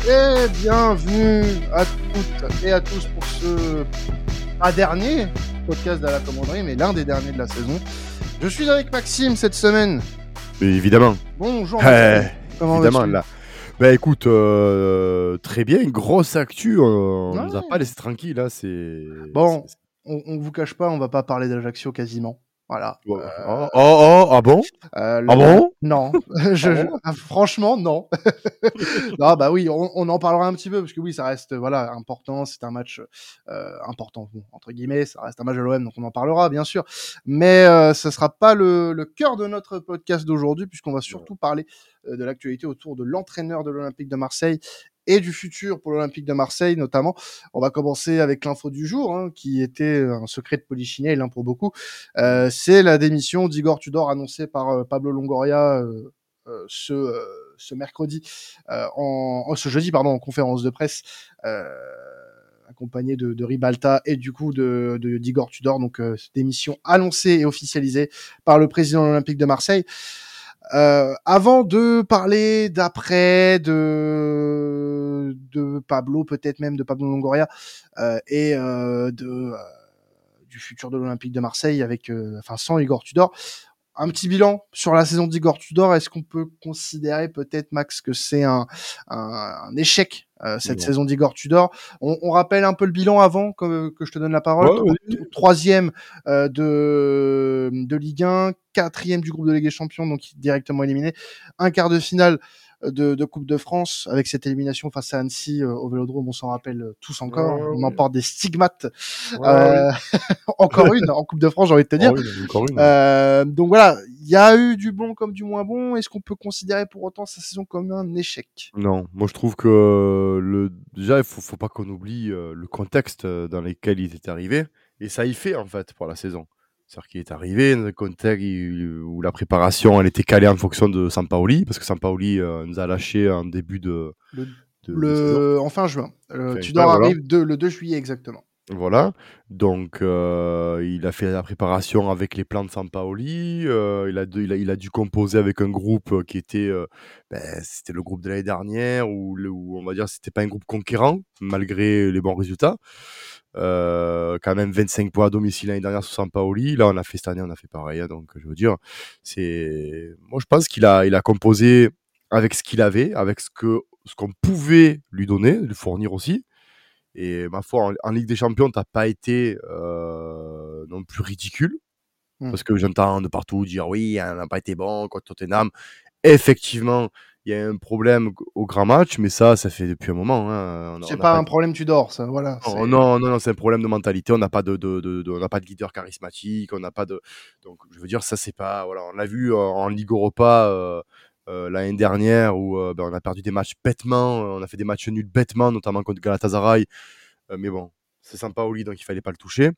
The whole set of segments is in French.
Et bienvenue à toutes et à tous pour ce pas dernier podcast de la commanderie, mais l'un des derniers de la saison. Je suis avec Maxime cette semaine. Mais évidemment. Bonjour Maxime. Comment Évidemment, vas-tu ? là. Bah écoute, très bien, une grosse actu. On Ouais. nous a pas laissé tranquille, là. Bon, on vous cache pas, on va pas parler d'Ajaccio quasiment. Voilà. Ah bon? Ah bon? Non, franchement non. Non, bah oui, on en parlera un petit peu parce que oui, ça reste voilà important. C'est un match important bon, entre guillemets. Ça reste un match de l'OM, donc on en parlera bien sûr. Mais ça sera pas le cœur de notre podcast d'aujourd'hui puisqu'on va surtout parler de l'actualité autour de l'entraîneur de l'Olympique de Marseille et du futur pour l'Olympique de Marseille notamment. On va commencer avec l'info du jour, hein, qui était un secret de Polichinelle pour beaucoup. C'est la démission d'Igor Tudor annoncée par Pablo Longoria ce mercredi, ce jeudi pardon, en conférence de presse, accompagné de Ribalta et du coup d'Igor Tudor. Donc démission annoncée et officialisée par le président de l'Olympique de Marseille. Avant de parler d'après, de Pablo, peut-être même de Pablo Longoria, et du futur de l'Olympique de Marseille avec, sans Igor Tudor, un petit bilan sur la saison d'Igor Tudor. Est-ce qu'on peut considérer peut-être, Max, que c'est un échec cette saison d'Igor Tudor? On rappelle un peu le bilan avant que je te donne la parole. Troisième de Ligue 1, quatrième du groupe de Ligue des Champions, donc directement éliminé. Un quart de finale de Coupe de France avec cette élimination face à Annecy au Vélodrome, on s'en rappelle tous encore. On en porte des stigmates. Encore une en Coupe de France, j'ai envie de te dire. Encore une. Donc voilà, il y a eu du bon comme du moins bon. Est-ce qu'on peut considérer pour autant sa saison comme un échec? Non, moi je trouve que déjà il faut pas qu'on oublie le contexte dans lequel il est arrivé, et ça y fait en fait pour la saison. C'est-à-dire qu'il est arrivé dans un contexte où la préparation elle était calée en fonction de Sampaoli, parce que Sampaoli nous a lâché en début de saison. En fin juin. Tudor voilà. arrive le 2 juillet exactement. Voilà, donc il a fait la préparation avec les plans de Sampaoli, il a dû composer avec un groupe qui était, c'était le groupe de l'année dernière où on va dire c'était pas un groupe conquérant malgré les bons résultats. Quand même 25 points à domicile l'année dernière sous Sampaoli. Là, cette année, on a fait pareil, hein, donc je veux dire, moi je pense qu'il a composé avec ce qu'il avait, avec ce qu'on pouvait lui donner, lui fournir aussi. Et ma foi, en Ligue des Champions, t'as pas été non plus ridicule. Parce que j'entends de partout dire oui, on n'a pas été bon contre Tottenham. Effectivement, il y a un problème au grand match, mais ça fait depuis un moment. Hein. C'est pas un problème Tudor, ça, voilà. Non, c'est un problème de mentalité. On n'a pas on n'a pas de leader charismatique, on n'a pas de. Donc, je veux dire, ça, c'est pas. Voilà, on l'a vu en Ligue Europa. L'année dernière où on a perdu des matchs bêtement, on a fait des matchs nuls bêtement, notamment contre Galatasaray. Mais bon, c'est Sampaoli, donc il fallait pas le toucher.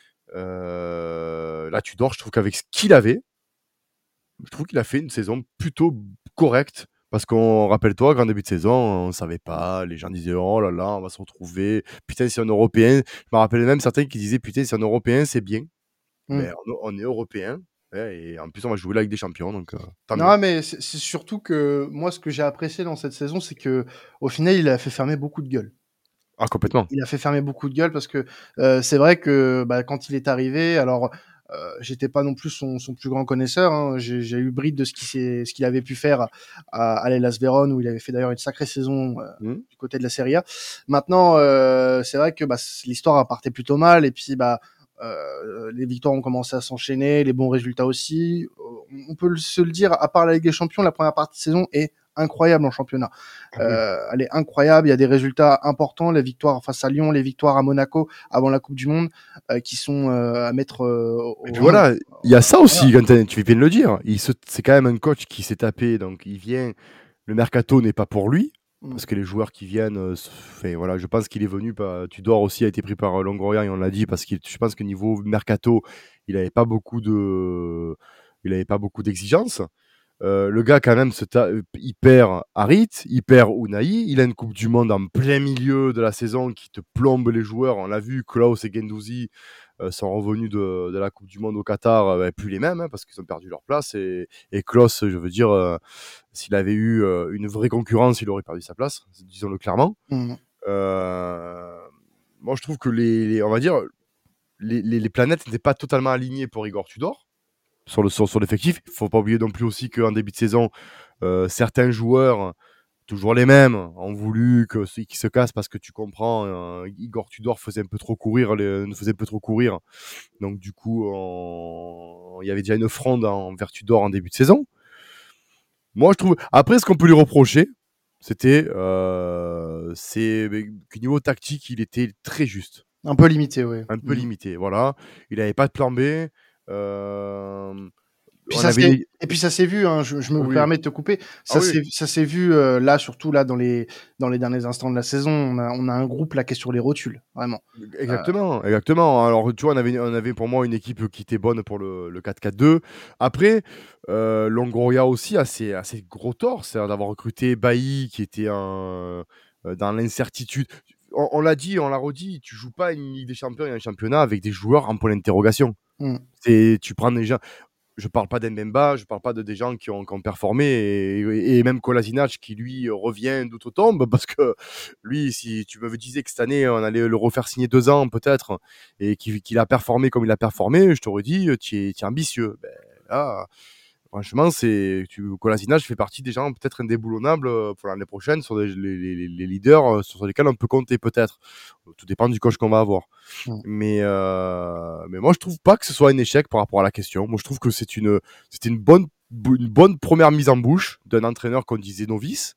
Là, Tudor, je trouve qu'avec ce qu'il avait, je trouve qu'il a fait une saison plutôt correcte. Parce qu'on, rappelle-toi, qu'en début de saison, on savait pas, les gens disaient oh là là, on va se retrouver. Putain, c'est un Européen. Je me rappelais même certains qui disaient putain, c'est un Européen, c'est bien. Mais on est Européen. Et en plus, on va jouer la Ligue des Champions. Donc, non, mais c'est surtout que moi, ce que j'ai apprécié dans cette saison, c'est que au final, il a fait fermer beaucoup de gueules. Ah, complètement. Il a fait fermer beaucoup de gueules parce que c'est vrai que quand il est arrivé, alors j'étais pas non plus son plus grand connaisseur. Hein. J'ai eu bride de ce qu'il avait pu faire à l'Hellas Vérone, où il avait fait d'ailleurs une sacrée saison du côté de la Serie A. Maintenant, c'est vrai que l'histoire partait plutôt mal, et puis les victoires ont commencé à s'enchaîner, les bons résultats aussi. On peut se le dire, à part la Ligue des Champions, la première partie de saison est incroyable en championnat. Elle est incroyable, il y a des résultats importants, les victoires face à Lyon, les victoires à Monaco avant la Coupe du Monde, qui sont à mettre voilà, il y a ça aussi, quand tu viens de le dire. C'est quand même un coach qui s'est tapé, donc il vient, le mercato n'est pas pour lui, parce que les joueurs qui viennent, voilà, je pense qu'il est venu, Tudor aussi a été pris par Longoria, et on l'a dit, parce que je pense que niveau mercato, il n'avait pas beaucoup d'exigences. Le gars, quand même, il perd Harit, il perd Unai, il a une Coupe du Monde en plein milieu de la saison qui te plombe les joueurs. On l'a vu, Klaus et Guendouzi, sont revenus de la Coupe du Monde au Qatar, plus les mêmes, hein, parce qu'ils ont perdu leur place. Et Klose, je veux dire, s'il avait eu une vraie concurrence, il aurait perdu sa place, disons-le clairement. Mmh. Euh, Moi, je trouve que on va dire, les planètes n'étaient pas totalement alignées pour Igor Tudor sur l'effectif. Il ne faut pas oublier non plus aussi qu'en début de saison, certains joueurs, toujours les mêmes, ont voulu que ceux qui se cassent parce que tu comprends, Igor Tudor faisait un peu trop courir, ne faisait un peu trop courir. Donc du coup, il y avait déjà une fronde envers Tudor en début de saison. Moi, je trouve. Après, ce qu'on peut lui reprocher, c'est qu'au niveau tactique, il était très juste. Un peu limité, ouais. Un peu limité, voilà. Il n'avait pas de plan B. Puis On ça avait s'est des... et puis ça s'est vu, hein, je me Oui. permets de te couper. Ah oui. Ça s'est vu, là, surtout là dans les derniers instants de la saison. On a un groupe là qui est sur les rotules, vraiment. Heu, Exactement, exactement. Alors, tu vois, on avait pour moi une équipe qui était bonne pour le 4-4-2. Après, Longoria aussi a ses gros torts, c'est-à-dire d'avoir recruté Bailly qui était dans l'incertitude. On l'a dit, on l'a redit, tu joues pas une Ligue des Champions et un championnat avec des joueurs en point d'interrogation. mmh, Tu prends des gens, je parle pas d'Mbemba, je parle pas de des gens qui ont performé et même Kolasinac qui lui revient d'outre-tombe parce que lui, si tu me disais que cette année on allait le refaire signer 2 ans peut-être et qu'il a performé comme il a performé, je t'aurais dit tu es ambitieux. Ben, là, franchement, Kolasinac fait partie des gens peut-être indéboulonnables pour l'année prochaine sur les leaders sur lesquels on peut compter peut-être. Tout dépend du coach qu'on va avoir. mmh. Mais moi, je trouve pas que ce soit un échec par rapport à la question. Moi, je trouve que c'était une bonne première mise en bouche d'un entraîneur qu'on disait novice.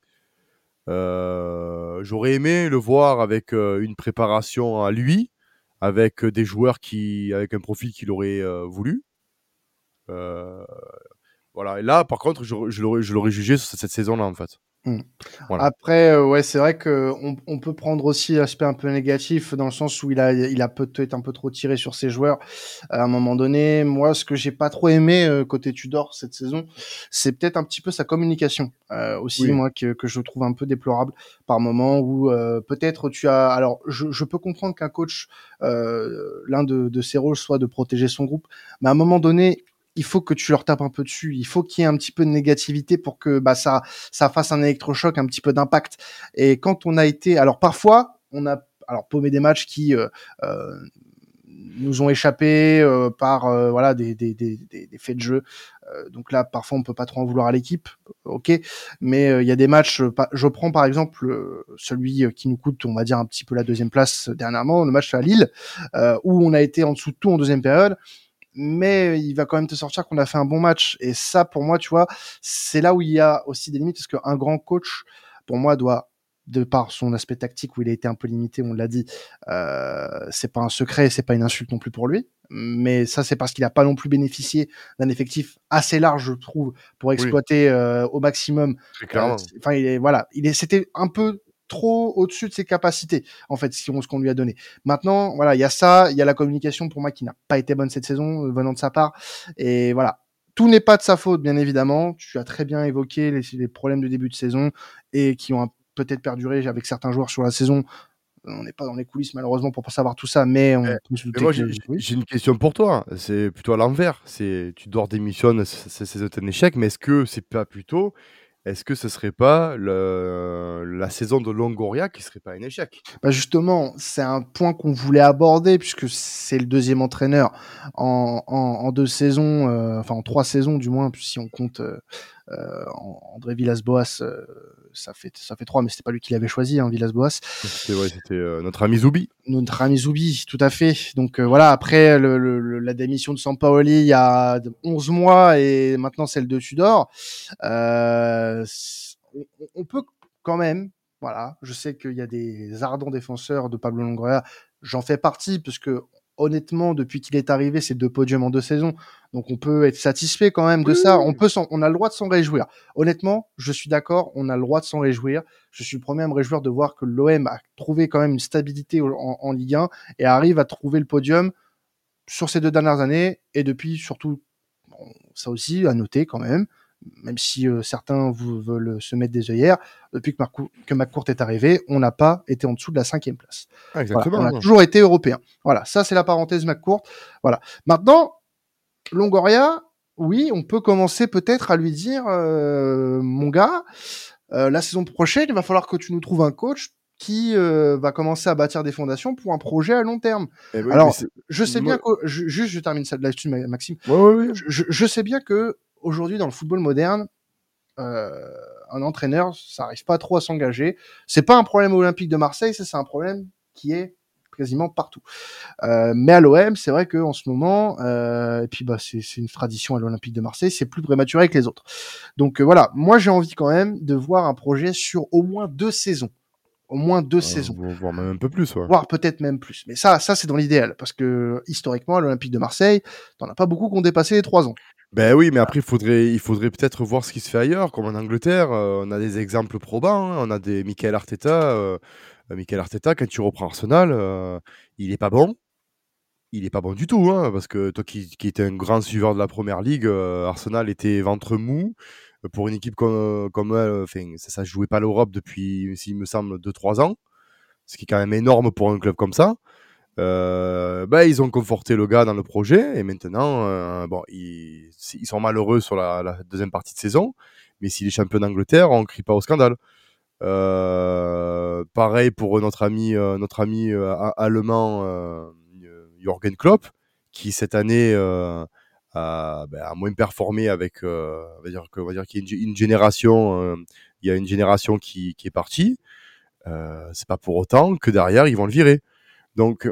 J'aurais aimé le voir avec une préparation à lui, avec des joueurs avec un profil qu'il aurait voulu. Euh, voilà. Et là, par contre, je l'aurais jugé sur cette saison-là, en fait. Mmh. Voilà. Après, ouais, c'est vrai qu'on peut prendre aussi l'aspect un peu négatif dans le sens où il a peut-être un peu trop tiré sur ses joueurs à un moment donné. Moi, ce que j'ai pas trop aimé, côté Tudor cette saison, c'est peut-être un petit peu sa communication, aussi, Oui. moi, que je trouve un peu déplorable par moment où, peut-être alors je peux comprendre qu'un coach, l'un de ses rôles soit de protéger son groupe, mais à un moment donné, il faut que tu leur tapes un peu dessus. Il faut qu'il y ait un petit peu de négativité pour que, bah, ça fasse un électrochoc, un petit peu d'impact. Et quand on a été, alors parfois, on a paumé des matchs qui nous ont échappé par voilà des faits de jeu. Donc là, parfois, on peut pas trop en vouloir à l'équipe, ok. Mais il y a des matchs. Je prends par exemple celui qui nous coûte, on va dire un petit peu la deuxième place dernièrement, le match à Lille, où on a été en dessous de tout en deuxième période, mais il va quand même te sortir qu'on a fait un bon match. Et ça, pour moi, tu vois, c'est là où il y a aussi des limites, parce qu'un grand coach, pour moi, doit, de par son aspect tactique où il a été un peu limité, on l'a dit, c'est pas un secret, c'est pas une insulte non plus pour lui. Mais ça, c'est parce qu'il a pas non plus bénéficié d'un effectif assez large, je trouve, pour Oui, exploiter au maximum. très clairement. Enfin, c'était un peu trop au-dessus de ses capacités, en fait, ce qu'on lui a donné. Maintenant, voilà, il y a ça, il y a la communication pour moi qui n'a pas été bonne cette saison venant de sa part. Et voilà, tout n'est pas de sa faute, bien évidemment. Tu as très bien évoqué les problèmes de début de saison et qui ont peut-être perduré avec certains joueurs sur la saison. On n'est pas dans les coulisses malheureusement pour pas savoir tout ça, mais Eh, on peut se mais douter moi, que oui. j'ai une question pour toi. C'est plutôt à l'envers. Tu démissionnes, c'est un échec, mais est-ce que ce serait pas la saison de Longoria qui serait pas un échec? Bah justement, c'est un point qu'on voulait aborder puisque c'est le deuxième entraîneur en 2 saisons, enfin en 3 saisons du moins, si on compte André Villas-Boas, ça fait 3, mais c'était pas lui qui l'avait choisi, hein, Villas-Boas. C'était notre ami Zoubi. Notre ami Zoubi, tout à fait. Donc voilà, après la démission de Sampaoli il y a 11 mois et maintenant celle de Tudor, on peut quand même, voilà, je sais qu'il y a des ardents défenseurs de Pablo Longoria, j'en fais partie parce que honnêtement, depuis qu'il est arrivé, c'est 2 podiums en 2 saisons, donc on peut être satisfait quand même de Oui, ça. oui. On a le droit de s'en réjouir. Honnêtement, je suis d'accord, on a le droit de s'en réjouir. Je suis le premier à me réjouir de voir que l'OM a trouvé quand même une stabilité en Ligue 1 et arrive à trouver le podium sur ces 2 dernières années et depuis surtout, bon, ça aussi à noter quand même, même si certains veulent se mettre des œillères, depuis que McCourt est arrivé, on n'a pas été en dessous de la 5e place. Ah, Voilà, on a exactement. toujours été européen. Voilà, ça c'est la parenthèse McCourt. Voilà. Maintenant, Longoria, oui, on peut commencer peut-être à lui dire, mon gars, la saison prochaine, il va falloir que tu nous trouves un coach qui va commencer à bâtir des fondations pour un projet à long terme. Eh oui, mais Alors, c'est je sais bien moi que juste, je termine ça là-dessus, Maxime. ouais, ouais, ouais. Je sais bien que aujourd'hui dans le football moderne, un entraîneur, ça arrive pas trop à s'engager. C'est pas un problème olympique de Marseille, ça c'est un problème qui est quasiment partout. Mais à l'OM, c'est vrai qu'en ce moment, et puis bah c'est une tradition à l'Olympique de Marseille, c'est plus prématuré que les autres. Donc voilà, moi j'ai envie quand même de voir un projet sur au moins 2 saisons, au moins 2 saisons, Voire même un peu plus, ouais. voire peut-être même plus. Mais ça c'est dans l'idéal, parce que historiquement à l'Olympique de Marseille, t'en as pas beaucoup qui ont dépassé les 3 ans. Ben oui, mais après il faudrait peut-être voir ce qui se fait ailleurs, comme en Angleterre, on a des exemples probants, hein. On a des Mikel Arteta, quand tu reprends Arsenal, il est pas bon. Il est pas bon du tout, hein, parce que toi qui étais un grand suiveur de la Première Ligue, Arsenal était ventre mou, pour une équipe comme eux, enfin, ça jouait pas l'Europe depuis, s'il me semble, 2-3 ans, ce qui est quand même énorme pour un club comme ça. Bah, ils ont conforté le gars dans le projet et maintenant, bon, ils sont malheureux sur la 2e partie de saison, mais s'il est champion d'Angleterre, on crie pas au scandale. Pareil pour notre ami allemand, Jürgen Klopp, qui cette année a moins performé avec, on va dire qu'il y a une génération, il y a une génération qui est partie. C'est pas pour autant que derrière ils vont le virer. Donc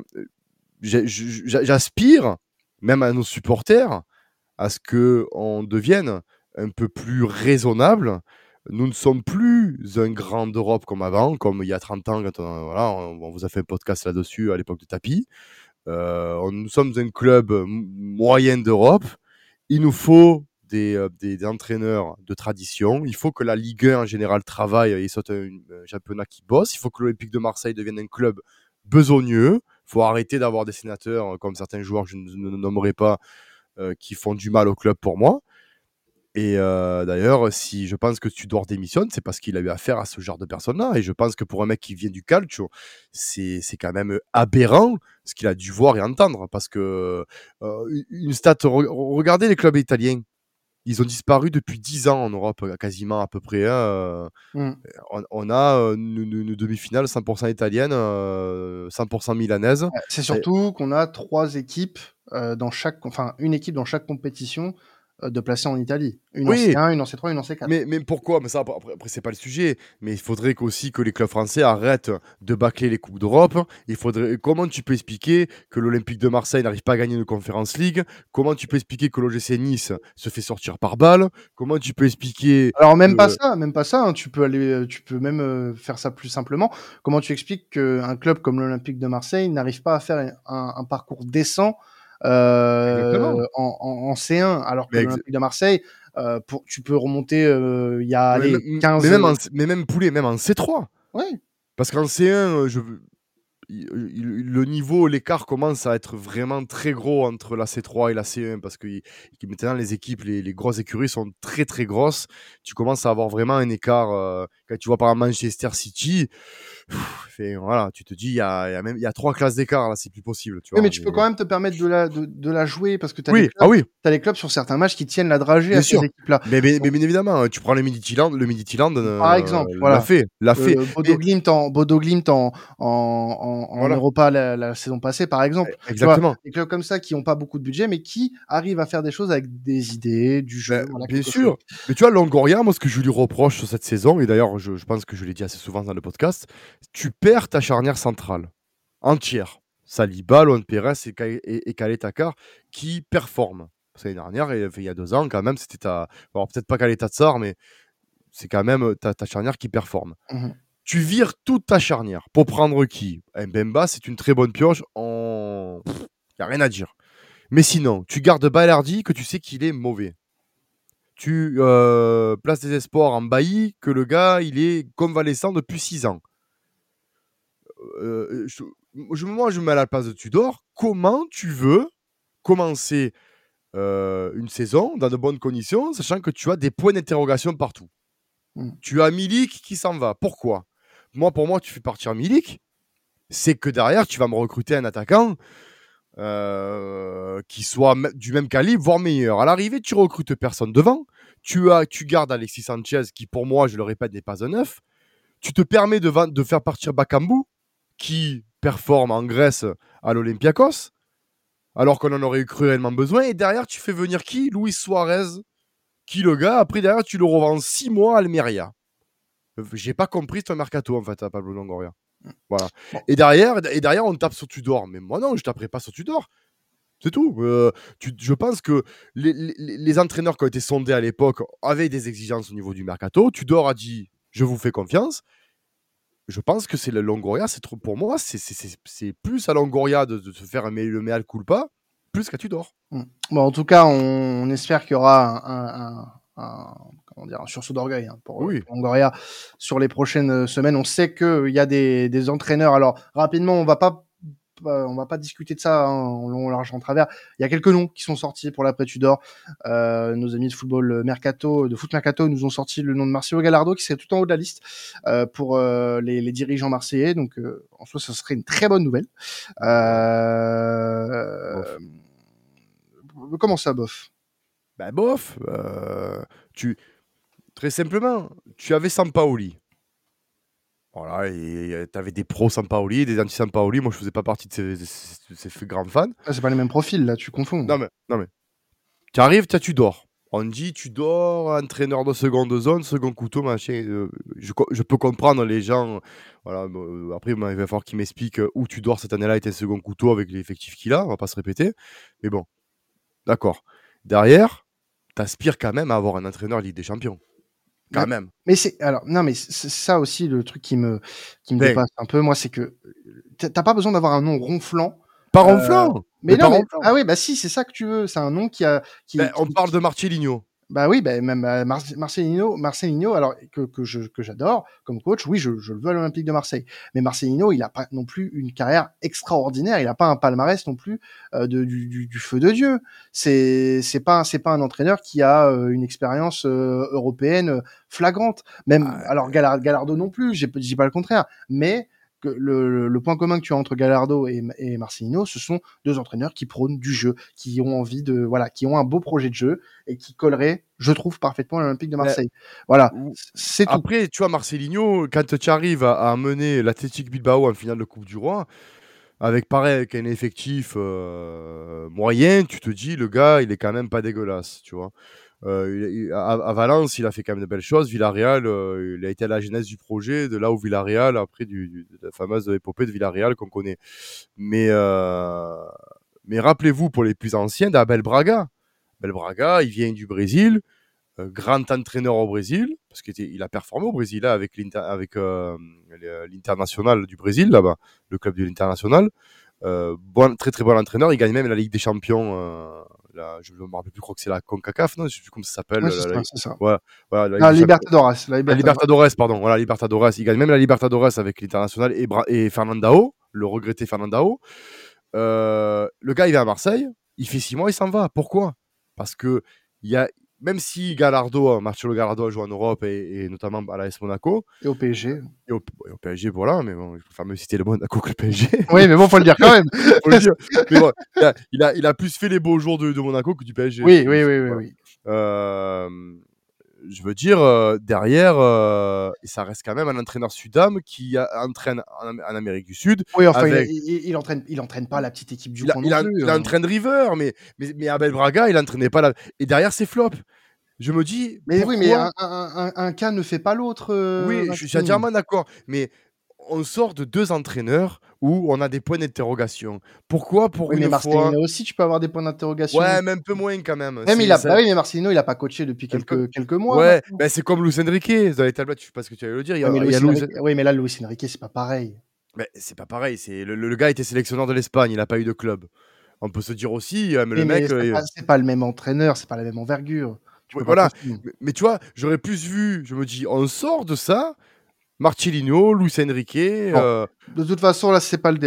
j'aspire, même à nos supporters, à ce qu'on devienne un peu plus raisonnable. Nous ne sommes plus un grand d'Europe comme avant, comme il y a 30 ans, quand on vous a fait un podcast là-dessus à l'époque de Tapi. Nous sommes un club moyen d'Europe. Il nous faut des entraîneurs de tradition. Il faut que la Ligue 1 en général travaille et soit un championnat qui bosse. Il faut que l'Olympique de Marseille devienne un club besogneux. Il faut arrêter d'avoir des sénateurs comme certains joueurs que je ne nommerai pas qui font du mal au club pour moi. Et d'ailleurs, si je pense que Tudor démissionne, c'est parce qu'il a eu affaire à ce genre de personnes-là. Et je pense que pour un mec qui vient du calcio, c'est quand même aberrant ce qu'il a dû voir et entendre. Parce que une stat, regardez les clubs italiens. Ils ont disparu depuis 10 ans en Europe, quasiment à peu près, hein. Mm. On a une demi-finale 100% italienne, 100% milanaise. C'est Et- surtout qu'on a 3 équipes enfin une équipe dans chaque compétition de placer en Italie. Une en oui, C1, une en C3, une en C4. mais pourquoi? Mais ça, après, c'est pas le sujet. Mais il faudrait aussi que les clubs français arrêtent de bâcler les Coupes d'Europe. Comment tu peux expliquer que l'Olympique de Marseille n'arrive pas à gagner une Conference League? Comment tu peux expliquer que l'OGC Nice se fait sortir par balle? Comment tu peux expliquer Alors que. même pas ça, hein, tu peux même faire ça plus simplement. Comment tu expliques qu'un club comme l'Olympique de Marseille n'arrive pas à faire un parcours décent Exactement. en C1, alors que Mais, ex- l'Olympique de Marseille, tu peux remonter il y a mais, allez, même, 15. mais même Poulet, même en C3. Ouais. Parce qu'en C1, le niveau, l'écart commence à être vraiment très gros entre la C3 et la C1 parce que maintenant les équipes, les grosses écuries sont très très grosses. Tu commences à avoir vraiment un écart. Quand tu vois par exemple Manchester City, voilà, tu te dis il y a 3 classes d'écart là, c'est plus possible, tu Oui, mais vois. tu peux quand même te permettre de la jouer parce que Oui, ah oui, t'as des clubs sur certains matchs qui tiennent la dragée à bien ces sûr. équipes-là. Mais bien évidemment, tu prends le Midtjylland Par exemple, l'a voilà. fait, l'a fait. Bodo Mais Glimt en voilà, Europa la saison passée, par exemple. Tu vois, exactement. des clubs comme ça qui ont pas beaucoup de budget, mais qui arrivent à faire des choses avec des idées, du jeu, Ben, voilà, bien quelque chose. sûr. Mais tu vois, Longoria, moi, ce que je lui reproche sur cette saison, et d'ailleurs, je pense que je l'ai dit assez souvent dans le podcast, tu perds ta charnière centrale entière. Saliba, Luan Pérez et Khaled Takar qui performent. Parce que l'année dernière, il y a 2 ans, quand même, c'était ta. Alors, peut-être pas Khaled Tsar, mais c'est quand même ta charnière qui performe. Mmh. Tu vires toute ta charnière pour prendre qui? Mbemba, c'est une très bonne pioche. Il n'y a rien à dire. Mais sinon, tu gardes Balerdi, que tu sais qu'il est mauvais. Tu places des espoirs en Bailly, que le gars, il est convalescent depuis 6 ans. Moi, je me mets à la place de Tudor. Comment tu veux commencer une saison dans de bonnes conditions, sachant que tu as des points d'interrogation partout. Mmh. Tu as Milik qui s'en va. Pourquoi? Pour moi, tu fais partir Milik, c'est que derrière, tu vas me recruter un attaquant qui soit du même calibre, voire meilleur. À l'arrivée, tu recrutes personne devant. Tu gardes Alexis Sanchez, qui pour moi, je le répète, n'est pas un neuf. Tu te permets de faire partir Bakambu, qui performe en Grèce à l'Olympiakos, alors qu'on en aurait eu cruellement besoin. Et derrière, tu fais venir qui? Luis Suarez, qui le gars, après derrière, tu le revends 6 mois à Almeria. J'ai pas compris ton mercato, en fait, à Pablo Longoria. Voilà. Bon. Et derrière, on tape sur Tudor. Mais moi, non, je taperai pas sur Tudor. C'est tout. Je pense que les entraîneurs qui ont été sondés à l'époque avaient des exigences au niveau du mercato. Tudor a dit, je vous fais confiance. Je pense que c'est le Longoria, c'est trop pour moi, c'est plus à Longoria de se faire le mea culpa, plus qu'à Tudor. Bon, en tout cas, on espère qu'il y aura comment dire, un sursaut d'orgueil pour Oui. Longoria sur les prochaines semaines. On sait qu'il y a des entraîneurs. Alors, rapidement, on va pas discuter de ça en long, large, en travers. Il y a quelques noms qui sont sortis pour l'après Tudor. Nos amis de football mercato, de foot mercato, nous ont sorti le nom de Marcelo Gallardo qui serait tout en haut de la liste pour les dirigeants marseillais. Donc, en soi, ça serait une très bonne nouvelle. Comment ça, bof? Ben bof. Très simplement, tu avais Sampaoli. Voilà, et tu avais des pros Sampaoli, des anti-Sampaoli. Moi, je faisais pas partie de ces grands fans. Ah, c'est pas les mêmes profils, là, tu confonds. Non, mais. Tu arrives, tu dors. On dit, tu dors, entraîneur de seconde zone, second couteau, machin. Je peux comprendre les gens. Voilà, après, il va falloir qu'ils m'expliquent où tu dors cette année-là était second couteau avec l'effectif qu'il a. On va pas se répéter. Mais bon, d'accord. Derrière, t'aspires quand même à avoir un entraîneur Ligue des Champions. Quand même. Mais c'est ça aussi le truc qui me dépasse un peu, moi, c'est que t'as pas besoin d'avoir un nom ronflant. Pas ronflant. Mais non, pas mais ronflant. ah oui, bah si, c'est ça que tu veux. C'est un nom On parle de Marcelinho. Bah oui, bah même Marcelinho, alors que j'adore comme coach, oui, je le veux à l'Olympique de Marseille. Mais Marcelinho, il a pas non plus une carrière extraordinaire, il a pas un palmarès non plus du feu de Dieu. C'est pas un entraîneur qui a une expérience européenne flagrante. Même alors Gallardo non plus, je dis pas le contraire, mais que le point commun que tu as entre Gallardo et Marcelino, ce sont deux entraîneurs qui prônent du jeu, qui ont envie de, voilà, qui ont un beau projet de jeu et qui colleraient, je trouve, parfaitement à l'Olympique de Marseille. Voilà, c'est tout. Après, tu vois, Marcelinho, quand tu arrives à amener l'Athletic Bilbao en finale de Coupe du Roi, avec un effectif moyen, tu te dis, le gars, il est quand même pas dégueulasse, tu vois. À Valence, il a fait quand même de belles choses. Villarreal, il a été à la genèse du projet, de là où Villarreal, après de la fameuse épopée de Villarreal qu'on connaît. Mais rappelez-vous, pour les plus anciens, d'Abel Braga. Abel Braga, il vient du Brésil, grand entraîneur au Brésil, parce qu'il a performé au Brésil là, avec l'International du Brésil, là-bas, le club de l'International. Très très bon entraîneur, il gagne même la Ligue des Champions. Je ne me rappelle plus, je crois que c'est la CONCACAF, non? Je sais plus comment ça s'appelle. Ouais, c'est ça. Voilà, La Libertadores. La Libertadores, pardon. Voilà, Libertadores. Il gagne même la Libertadores avec l'International et Fernandao, le regretté Fernandao. Le gars, il vient à Marseille, il fait 6 mois, il s'en va. Pourquoi? Parce que même si Marcelo Gallardo a joué en Europe et notamment à l'AS Monaco. Et au PSG. Et au PSG, voilà, mais bon, il faut mieux citer le Monaco que le PSG. Oui, mais bon, faut le dire quand même. Faut le dire. Mais bon, il a plus fait les beaux jours de Monaco que du PSG. Oui. Je veux dire, derrière, ça reste quand même un entraîneur Sudam qui entraîne en Amérique du Sud. Oui, enfin, il entraîne pas la petite équipe du coin non plus. Il entraîne River, mais Abel Braga, il entraînait pas la. Et derrière, c'est flop. Je me dis. Mais pourquoi... oui, mais un cas ne fait pas l'autre. Oui, je suis entièrement d'accord. Mais on sort de deux entraîneurs où on a des points d'interrogation. Pourquoi pour une fois aussi, tu peux avoir des points d'interrogation. Ouais, mais un peu moins quand même. Mais Marcelino, il a pas coaché depuis quelques mois. Ouais, ben c'est comme Luis Enrique. Dans les tablettes, je sais pas ce que tu allais le dire. Oui, mais là, Luis Enrique, c'est pas pareil. Mais c'est pas pareil. Le gars était sélectionneur de l'Espagne. Il a pas eu de club. On peut se dire aussi, mais le mec. C'est pas le même entraîneur, c'est pas la même envergure. Voilà. Mais tu vois, j'aurais plus vu. Je me dis, on sort de ça. Marcelino, Luis Enrique. De toute façon, là, c'est pas le débat.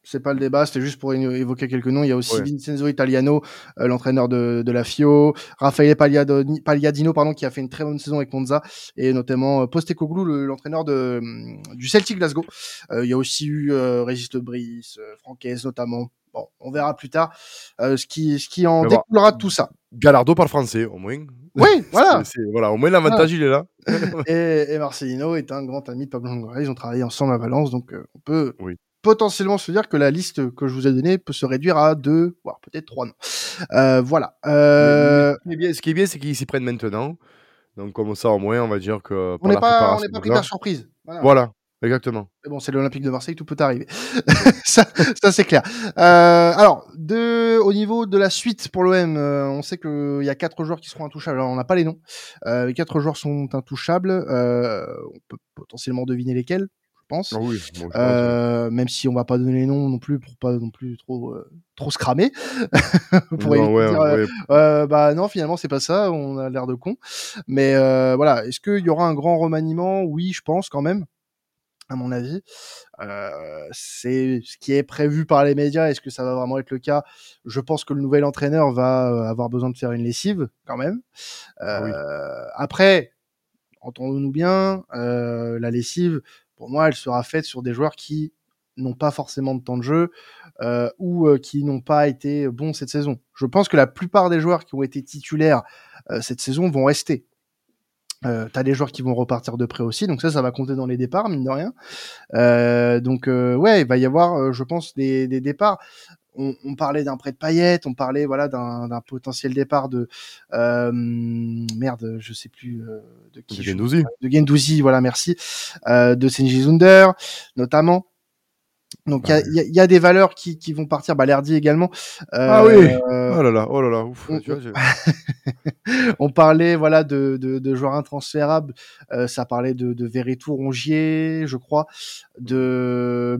c'est pas le débat, c'était juste pour évoquer quelques noms. Il y a aussi Ouais. Vincenzo Italiano, l'entraîneur de la Fio, Raffaele Pagliadino, pardon, qui a fait une très bonne saison avec Monza, et notamment Postecoglou, l'entraîneur du Celtic Glasgow. Il y a aussi eu Régis Lebris, Francaise notamment. Bon, on verra plus tard ce qui en Mais bon, découlera de tout ça. Gallardo parle français, au moins. Oui, voilà. Voilà, au moins Voilà. l'avantage, il est là. Et Marcelino est un grand ami de Pablo Longoria. Ils ont travaillé ensemble à Valence, donc on peut Oui. potentiellement se dire que la liste que je vous ai donnée peut se réduire à 2, voire peut-être 3 noms. Voilà. Mais ce qui est bien, c'est qu'ils s'y prennent maintenant. Donc comme ça, au moins, on va dire que On pour n'est la pas, on préparation n'est pas de pris ça par surprise. Voilà. voilà, exactement. Mais bon, c'est l'Olympique de Marseille, tout peut arriver. Oui. Ça c'est clair. Alors, au niveau de la suite pour l'OM, on sait qu'il y a 4 joueurs qui seront intouchables. Alors, on n'a pas les noms. Les 4 joueurs sont intouchables. On peut potentiellement deviner lesquels, je pense. Ah oui, moi je pense, oui. Même si on va pas donner les noms non plus pour pas non plus trop se cramer. Pour Non, éviter de ouais, dire, ouais. bah non, finalement c'est pas ça, on a l'air de con. Mais voilà, est-ce qu'il y aura un grand remaniement? Oui, je pense quand même, à mon avis. C'est ce qui est prévu par les médias. Est-ce que ça va vraiment être le cas? Je pense que le nouvel entraîneur va avoir besoin de faire une lessive quand même. Ah oui. Après, entendons-nous bien, la lessive, pour moi, elle sera faite sur des joueurs qui n'ont pas forcément de temps de jeu ou qui n'ont pas été bons cette saison. Je pense que la plupart des joueurs qui ont été titulaires cette saison vont rester. T'as des joueurs qui vont repartir de près aussi, donc ça va compter dans les départs, mine de rien. Donc ouais, il va y avoir, je pense, des départs. On parlait d'un prêt de Payet, on parlait voilà d'un potentiel départ de merde, je sais plus de qui De je Guendouzi. de Guendouzi, voilà, merci, de Cengiz Under notamment. Donc Bah, il y a des valeurs qui vont partir, Balerdi également. ah Euh, oui! Oh là là, oh là là, ouf, on, tu vois, je on parlait voilà de joueurs intransférables. Ça parlait de Veretout, Rongier, je crois, de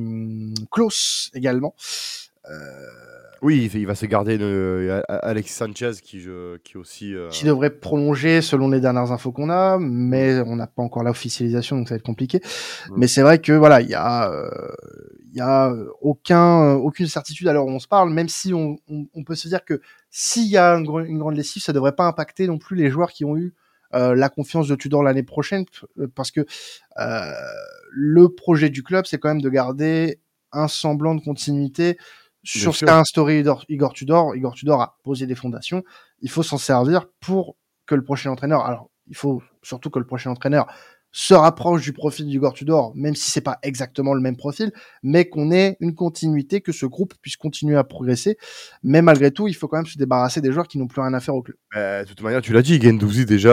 Klose également. Euh, oui, il va se garder Alexis Sanchez qui aussi, qui devrait prolonger selon les dernières infos qu'on a, mmh, mais on n'a pas encore l'officialisation, donc ça va être compliqué. mmh, Mais c'est vrai que voilà, il y a aucune certitude à l'heure où on se parle, même si on peut se dire que s'il y a une grande lessive, ça devrait pas impacter non plus les joueurs qui ont eu la confiance de Tudor l'année prochaine, parce que euh, le projet du club, c'est quand même de garder un semblant de continuité bien sur ce sûr. qu'a instauré Igor Tudor. Igor Tudor a posé des fondations. Il faut s'en servir pour que le prochain entraîneur, alors il faut surtout que le prochain entraîneur se rapproche du profil d'Igor Tudor, même si c'est pas exactement le même profil, mais qu'on ait une continuité, que ce groupe puisse continuer à progresser. Mais malgré tout, il faut quand même se débarrasser des joueurs qui n'ont plus rien à faire au club. Bah, de toute manière, tu l'as dit, Guendouzi déjà,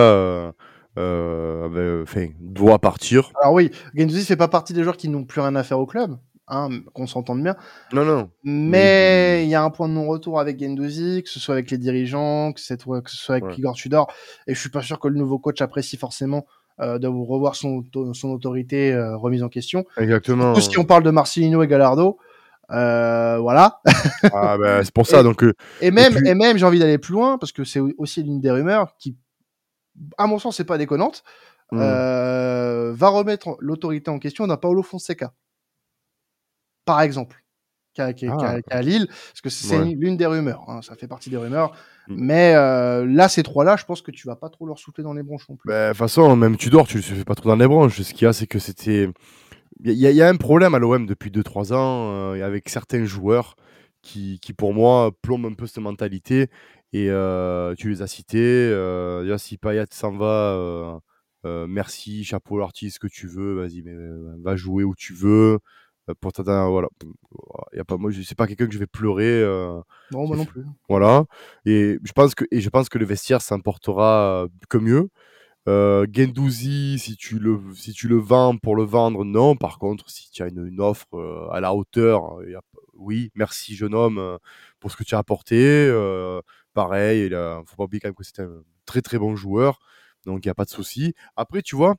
enfin, doit partir. Alors oui, Guendouzi fait pas partie des joueurs qui n'ont plus rien à faire au club, hein, qu'on s'entende bien. Non, non, mais Mais il y a un point de non-retour avec Guendouzi, que ce soit avec les dirigeants, que ce soit avec ouais, Igor Tudor, et je suis pas sûr que le nouveau coach apprécie forcément de revoir son autorité remise en question. Surtout si exactement. on parle de Marcelino et Gallardo, voilà. Ah bah, c'est pour ça Et, donc et et même, puis et même, j'ai envie d'aller plus loin parce que c'est aussi l'une des rumeurs qui, à mon sens, c'est pas déconnante, mmh. va remettre l'autorité en question d'un Paulo Fonseca, par exemple. Ah, Qu'à Lille, parce que c'est ouais. l'une des rumeurs, hein, ça fait partie des rumeurs. Mmh. Mais là, ces trois-là, je pense que tu vas pas trop leur souffler dans les bronches non plus. Bah, de toute façon, même Tudor, tu le fais pas trop dans les branches. Ce qu'il y a, c'est que c'était il y a un problème à l'OM depuis 2-3 ans, avec certains joueurs qui pour moi plombent un peu cette mentalité et tu les as cités, déjà si Payet s'en va, merci, chapeau l'artiste, ce que tu veux, vas-y, mais va jouer où tu veux, pour voilà, il y a pas moi, c'est pas quelqu'un que je vais pleurer, Non, moi c'est non f plus. voilà et je pense que le vestiaire s'en portera, que mieux. Guendouzi, si tu le vends pour le vendre, non. Par contre, si tu as une offre, à la hauteur, oui, merci jeune homme, pour ce que tu as apporté, pareil, faut pas oublier quand même que c'est un très, très bon joueur, donc il y a pas de souci. Après, tu vois,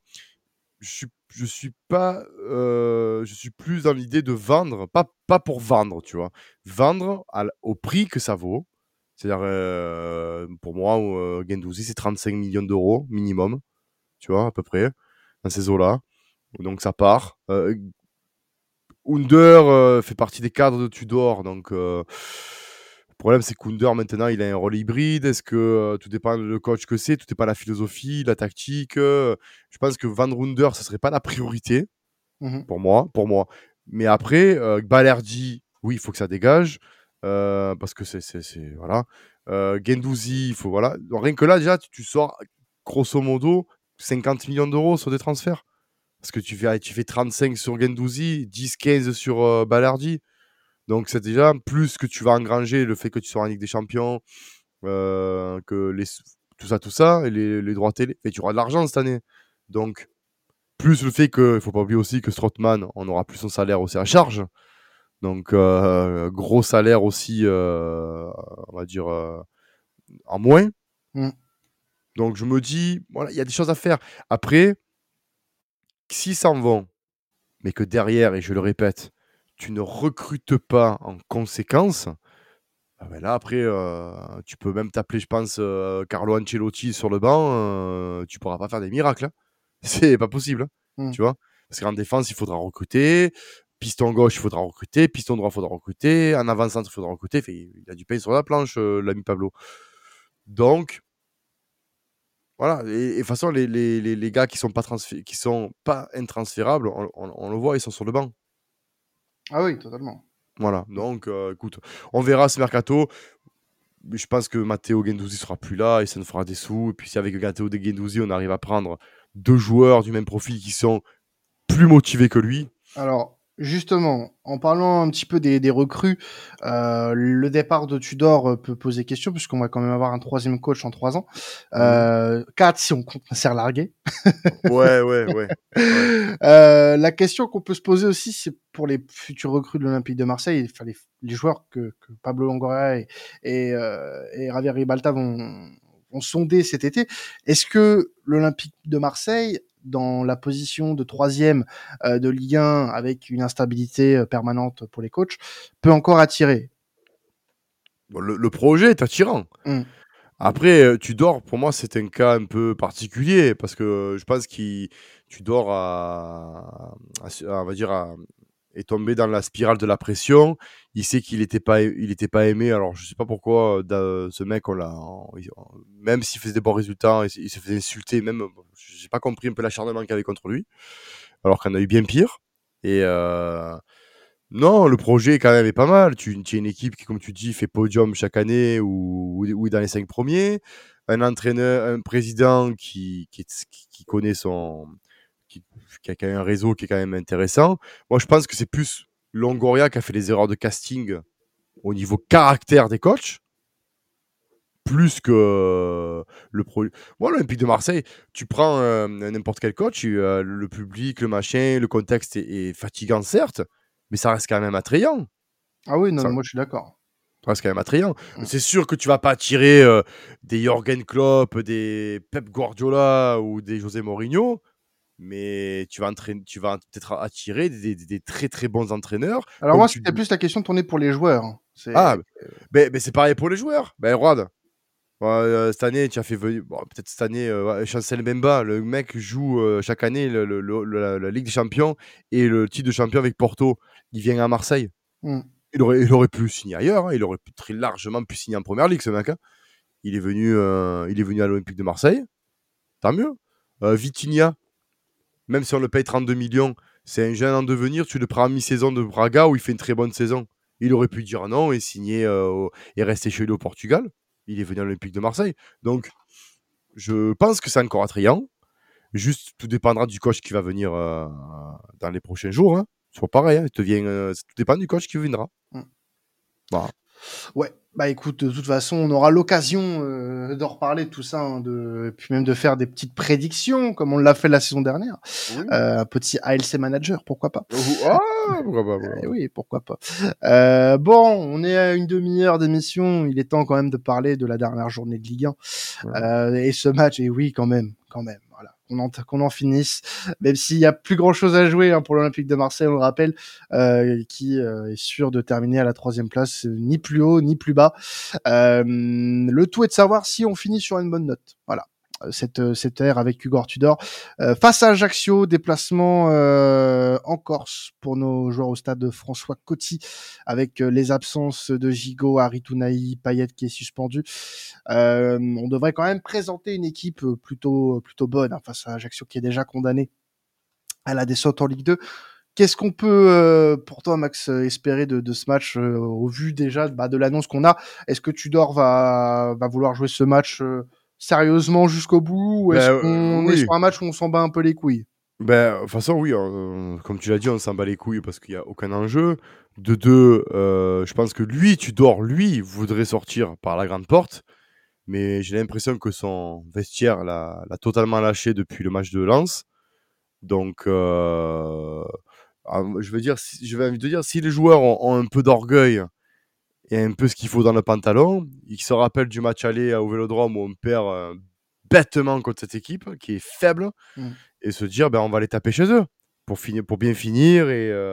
je suis plus dans l'idée de vendre, pas pour vendre, tu vois? Vendre au prix que ça vaut. C'est-à-dire, pour moi, Guendouzi, c'est 35 millions d'euros minimum, tu vois, à peu près, dans ces eaux-là. Donc ça part. Under fait partie des cadres de Tudor, donc le problème c'est qu'Under maintenant il a un rôle hybride. Est-ce que tout dépend le coach que c'est, tout dépend de la philosophie, la tactique. Je pense que vendre Under, ça serait pas la priorité Mmh. pour moi. Mais après, Balerdi, oui, il faut que ça dégage parce que c'est voilà. Guendouzi, il faut voilà. Donc, rien que là déjà, tu sors grosso modo 50 millions d'euros sur des transferts. Parce que tu fais 35 sur Guendouzi, 10-15 sur Balerdi. Donc c'est déjà plus que tu vas engranger le fait que tu sois en Ligue des Champions, que tout ça, et les droits télé. Et tu auras de l'argent cette année. Donc, plus le fait que, il faut pas oublier aussi que Strootman, on aura plus son salaire aussi à charge. Donc, gros salaire aussi, on va dire, en moins. Mmh. Donc, je me dis, voilà, il y a des choses à faire. Après, s'ils s'en vont, mais que derrière, et je le répète, tu ne recrutes pas en conséquence, ah ben là, après, tu peux même t'appeler, je pense, Carlo Ancelotti sur le banc, tu pourras pas faire des miracles, hein. C'est pas possible, hein, Mmh. tu vois? Parce qu'en défense, il faudra recruter, piston gauche, il faudra recruter, piston droit, il faudra recruter, en avant-centre, il faudra recruter. Enfin, il a du pain sur la planche, l'ami Pablo. Donc, voilà, et de toute façon, les gars qui sont pas intransférables, on le voit, ils sont sur le banc. Ah oui, totalement. Voilà, donc écoute, on verra ce mercato. Mais je pense que Matteo Guendouzi sera plus là et ça nous fera des sous. Et puis si avec Matteo Guendouzi, on arrive à prendre 2 joueurs du même profil qui sont plus motivés que lui. Alors, justement, en parlant un petit peu des recrues, le départ de Tudor, peut poser question puisqu'on va quand même avoir un troisième coach en 3 ans. Mmh. 4 si on compte Nasser Largué. Ouais, ouais, ouais, ouais. La question qu'on peut se poser aussi, c'est pour les futurs recrues de l'Olympique de Marseille, enfin les joueurs que Pablo Longoria et Javier Ribalta vont sonder cet été. Est-ce que l'Olympique de Marseille, dans la position de troisième de Ligue 1 avec une instabilité permanente pour les coachs, peut encore attirer? Bon, le projet est attirant. Mmh. Après, Tudor, pour moi, c'est un cas un peu particulier parce que je pense qu'il Tudor on va dire, est tombé dans la spirale de la pression. Il sait qu'il était pas aimé. Alors, je sais pas pourquoi, ce mec, même s'il faisait des bons résultats, il se faisait insulter. Même, j'ai pas compris un peu l'acharnement qu'il y avait contre lui, alors qu'on a eu bien pire. Et non, le projet quand même est pas mal. Tu as une équipe qui, comme tu dis, fait podium chaque année ou est dans les 5 premiers. Un entraîneur, un président qui connaît qui, qui a quand même un réseau qui est quand même intéressant. Moi, je pense que c'est plus Longoria qui a fait les erreurs de casting au niveau caractère des coachs, plus que le produit. Moi, l'Olympique de Marseille, tu prends n'importe quel coach, le public, le machin, le contexte est fatigant, certes, mais ça reste quand même attrayant. Ah oui, non, Ça mais moi je suis d'accord. reste quand même attrayant. Mmh. C'est sûr que tu vas pas attirer des Jürgen Klopp, des Pep Guardiola ou des José Mourinho, mais tu vas peut-être attirer des très très bons entraîneurs. Alors Comme moi, tu c'était dis. plus la question tournée pour les joueurs, hein. C'est Ah, mais c'est pareil pour les joueurs. Ben, Rod, ouais, cette année, tu as fait venir, bon, peut-être cette année, ouais, Chancel Mbemba, le mec joue chaque année la Ligue des Champions et le titre de champion avec Porto. Il vient à Marseille. mmh. Il aurait pu signer ailleurs, hein. Il aurait pu très largement pu signer en première ligue, ce mec, hein. Il est venu à l'Olympique de Marseille. Tant mieux. Vitinha, même si on le paye 32 millions, c'est un jeune en devenir. Tu le prends à mi-saison de Braga où il fait une très bonne saison. Il aurait pu dire non et signer et rester chez lui au Portugal. Il est venu à l'Olympique de Marseille. Donc, je pense que c'est encore attrayant. Juste, tout dépendra du coach qui va venir dans les prochains jours, hein. C'est pas pareil, hein. Tout dépend du coach qui viendra. Mmh. Voilà. Ouais, bah écoute, de toute façon, on aura l'occasion d'en reparler de tout ça, hein, et puis même de faire des petites prédictions, comme on l'a fait la saison dernière. Oui. Un petit ALC Manager, pourquoi pas? Ah, pourquoi pas, pourquoi Eh pas. oui, pourquoi pas. Bon, on est à une demi-heure d'émission. Il est temps quand même de parler de la dernière journée de Ligue 1 Voilà. et ce match. Et oui, quand même. Voilà, qu'on en finisse. Même s'il y a plus grand-chose à jouer hein, pour l'Olympique de Marseille, on le rappelle, qui est sûr de terminer à la 3e place, ni plus haut ni plus bas. Le tout est de savoir si on finit sur une bonne note. Voilà. cette ère avec Hugo Tudor. Face à Ajaccio, déplacement en Corse pour nos joueurs au stade François Coty, avec les absences de Gigot, Aritounaï, Payet qui est suspendu. On devrait quand même présenter une équipe plutôt bonne face à Ajaccio qui est déjà condamné à la descente en Ligue 2. Qu'est-ce qu'on peut, pour toi, Max, espérer de ce match au vu déjà de l'annonce qu'on a? Est-ce que Tudor va vouloir jouer ce match sérieusement jusqu'au bout, ou est-ce qu'on est Oui. sur un match où on s'en bat un peu les couilles? De toute façon, oui, comme tu l'as dit, on s'en bat les couilles parce qu'il y a aucun enjeu. De 2, je pense que lui, Tudor, lui, voudrait sortir par la grande porte, mais j'ai l'impression que son vestiaire l'a totalement lâché depuis le match de Lens. Donc, je veux dire, je vais envie de dire, si les joueurs ont un peu d'orgueil et un peu ce qu'il faut dans le pantalon, ils se rappellent du match aller au Vélodrome où on perd bêtement contre cette équipe qui est faible, et se dire on va les taper chez eux pour bien finir,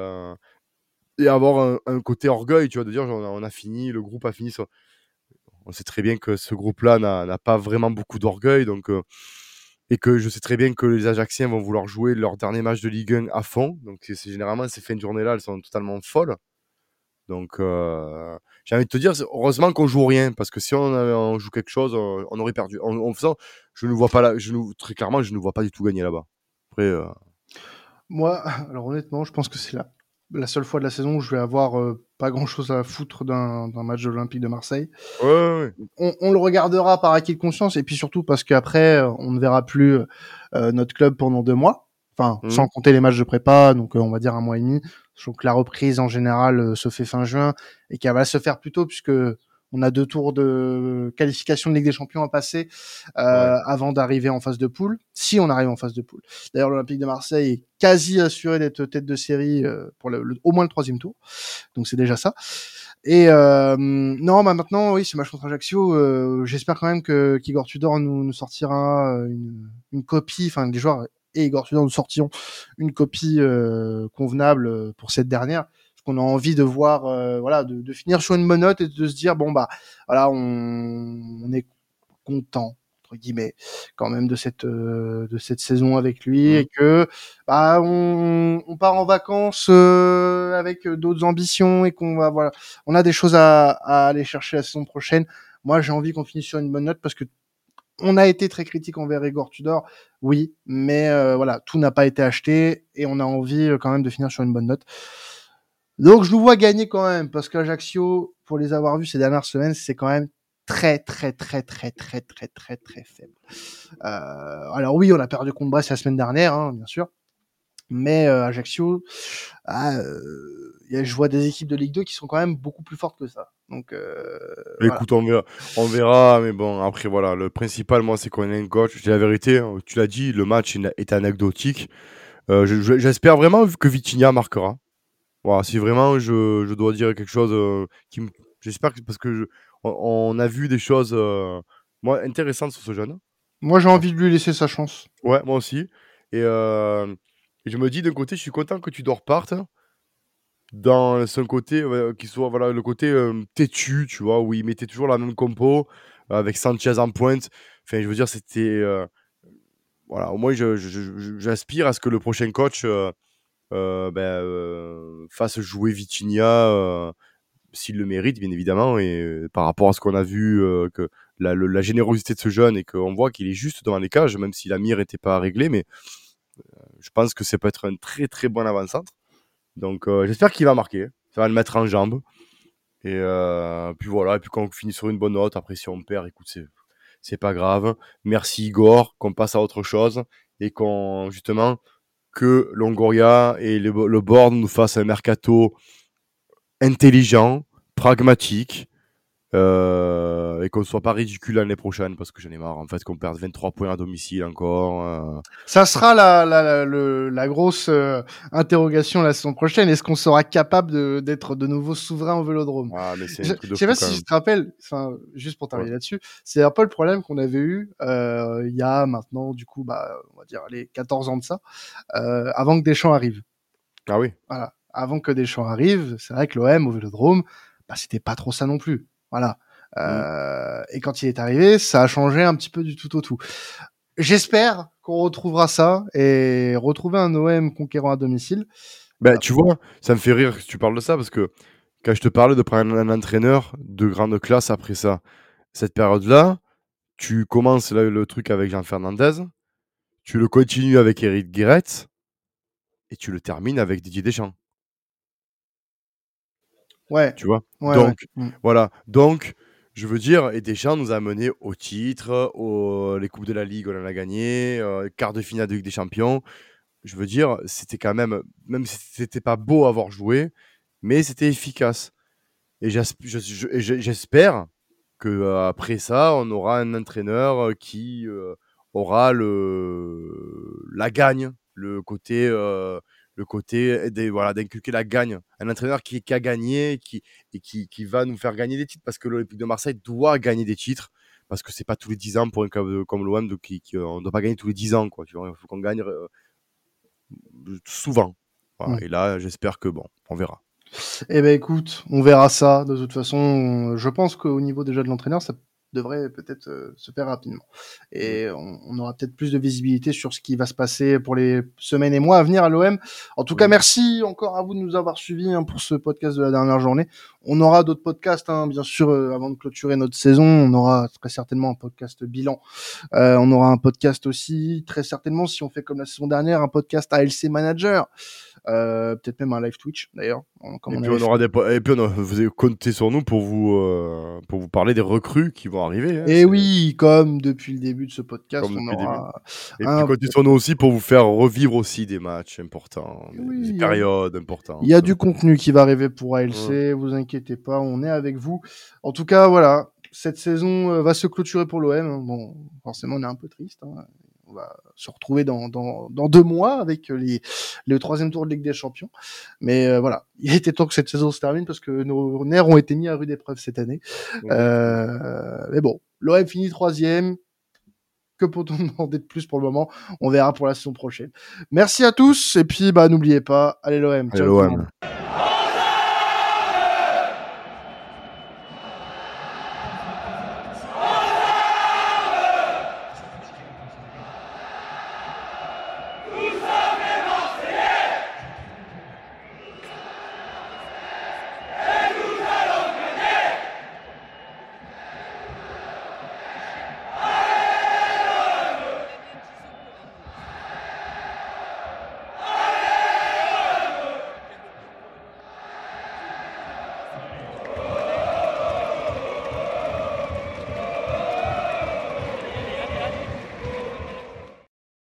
et avoir un côté orgueil, tu vois, de dire on a fini, le groupe a fini. On sait très bien que ce groupe-là n'a pas vraiment beaucoup d'orgueil, donc et que je sais très bien que les Ajaxiens vont vouloir jouer leur dernier match de Ligue 1 à fond. Donc généralement ces fins de journée-là, elles sont totalement folles. Donc j'ai envie de te dire, heureusement qu'on joue rien, parce que si on joue quelque chose, on aurait perdu. En faisant, je ne vois pas très clairement, je ne vois pas du tout gagner là-bas. Après, Moi, alors honnêtement, je pense que c'est la seule fois de la saison où je vais avoir pas grand-chose à foutre d'un match de l'Olympique de Marseille. ouais, ouais, ouais. On le regardera par acquis de conscience, et puis surtout parce qu'après, on ne verra plus notre club pendant 2 mois. Enfin, Mhm. sans compter les matchs de prépa, donc on va dire 1 mois et demi. Je trouve que la reprise en général se fait fin juin, et qu'elle va se faire plus tôt, puisque on a 2 tours de qualification de Ligue des Champions à passer Ouais. avant d'arriver en phase de poule, si on arrive en phase de poule. D'ailleurs, l'Olympique de Marseille est quasi assuré d'être tête de série pour au moins le 3e tour, donc c'est déjà ça. Et non, maintenant, oui, ce match contre Ajaccio, j'espère quand même que qu'Igor Tudor nous sortira une copie, enfin les joueurs et Igor Tudor nous sortiront une copie convenable pour cette dernière, parce qu'on a envie de voir, voilà, de finir sur une bonne note et de se dire bon bah voilà, on est content entre guillemets quand même de cette saison avec lui, Mhm. et que bah on part en vacances avec d'autres ambitions, et qu'on va voilà, on a des choses à aller chercher la saison prochaine. Moi, j'ai envie qu'on finisse sur une bonne note, parce que on a été très critique envers Igor Tudor, oui, mais voilà, tout n'a pas été acheté, et on a envie quand même de finir sur une bonne note. Donc je nous vois gagner quand même, parce qu'Ajaccio, pour les avoir vus ces dernières semaines, c'est quand même très très très très très très très très faible. Alors oui, on a perdu contre Brest la semaine dernière, hein, bien sûr, mais Ajaccio, je vois des équipes de Ligue 2 qui sont quand même beaucoup plus fortes que ça. Donc voilà. Écoute, on verra, mais bon, après, voilà, le principal, moi, c'est qu'on ait un coach. Je dis la vérité, hein, tu l'as dit, le match est anecdotique. J'espère vraiment que Vitinha marquera. Voilà, si vraiment je dois dire quelque chose j'espère que, parce que on a vu des choses moi, intéressantes sur ce jeune. Moi, j'ai envie de lui laisser sa chance. Ouais, moi aussi. Et, et je me dis, d'un côté, je suis content que tu dors partes dans son côté, qui soit, voilà, le côté têtu, tu vois, où il mettait toujours la même compo avec Sanchez en pointe. Enfin, je veux dire, c'était. Voilà, au moins, j'aspire à ce que le prochain coach fasse jouer Vitinha s'il le mérite, bien évidemment, et par rapport à ce qu'on a vu, que la générosité de ce jeune, et qu'on voit qu'il est juste devant les cages, même si la mire n'était pas réglée, mais je pense que ça peut être un très très bon avant-centre. Donc j'espère qu'il va marquer, ça va le mettre en jambe. Et puis voilà, et puis quand on finit sur une bonne note, après si on perd, écoute, c'est pas grave. Merci Igor, qu'on passe à autre chose, et qu'on justement que Longoria et le board nous fassent un mercato intelligent, pragmatique, et qu'on ne soit pas ridicule l'année prochaine, parce que j'en ai marre en fait qu'on perde 23 points à domicile encore. Ça sera la grosse interrogation la saison prochaine. Est-ce qu'on sera capable d'être de nouveau souverain au Vélodrome? Ah, mais c'est Je un truc de sais pas fou quand si je même. te rappelle, enfin, juste pour Ouais. terminer là-dessus, c'est un peu le problème qu'on avait eu il y a maintenant, du coup, bah, on va dire les 14 ans de ça, avant que Deschamps arrive. Ah oui. Voilà. Avant que Deschamps arrive, c'est vrai que l'OM au Vélodrome, bah, c'était pas trop ça non plus. Voilà. Mm. Et quand il est arrivé, ça a changé un petit peu du tout au tout. J'espère qu'on retrouvera ça et retrouver un OM conquérant à domicile. Ben, tu vois, ça me fait rire que tu parles de ça parce que quand je te parlais de prendre un entraîneur de grande classe après ça, cette période-là, tu commences le truc avec Jean Fernandez, tu le continues avec Eric Guéret et tu le termines avec Didier Deschamps. Ouais, Tu vois? ouais. Donc, voilà. Donc, je veux dire, et Deschamps nous a menés au titre, les coupes de la Ligue, on en a gagné, quart de finale de Ligue des Champions. Je veux dire, c'était quand même si c'était pas beau à avoir joué, mais c'était efficace. Et j'espère que après ça, on aura un entraîneur qui aura la gagne, le côté voilà, d'inculquer la gagne. Un entraîneur qui a gagné qui va nous faire gagner des titres parce que l'Olympique de Marseille doit gagner des titres parce que c'est pas tous les 10 ans pour un club comme l'OM on ne doit pas gagner tous les 10 ans. Quoi, tu vois, il faut qu'on gagne souvent. Voilà. Et là, j'espère que bon, on verra. Eh ben écoute, on verra ça. De toute façon, je pense qu'au niveau déjà de l'entraîneur, ça devrait peut-être se faire rapidement. Et on aura peut-être plus de visibilité sur ce qui va se passer pour les semaines et mois à venir à l'OM. En tout cas, merci encore à vous de nous avoir suivis pour ce podcast de la dernière journée. On aura d'autres podcasts, bien sûr, avant de clôturer notre saison. On aura très certainement un podcast bilan. On aura un podcast aussi, très certainement, si on fait comme la saison dernière, un podcast ALC Manager. Peut-être même un live Twitch d'ailleurs, comme Et on puis avait on fait. aura vous avez compté sur nous pour vous parler des recrues qui vont arriver. Hein, Et oui, comme depuis le début de ce podcast, comme on depuis le début. aura Et puis un. comptez sur nous aussi pour vous faire revivre aussi des matchs importants, Et des oui, périodes il y a importantes. du contenu qui va arriver pour Mmh. ALC, vous inquiétez pas, on est avec vous. En tout cas, voilà, cette saison va se clôturer pour l'OM. Bon, forcément, on est un peu triste. On va se retrouver dans 2 mois avec le troisième tour de Ligue des Champions. Mais voilà, il était temps que cette saison se termine parce que nos nerfs ont été mis à rude épreuve cette année. Exactement. Mais bon, l'OM finit troisième. Que peut-on demander de plus pour le moment? On verra pour la saison prochaine. Merci à tous et puis n'oubliez pas, allez l'OM, Allez ciao tout le l'OM. monde.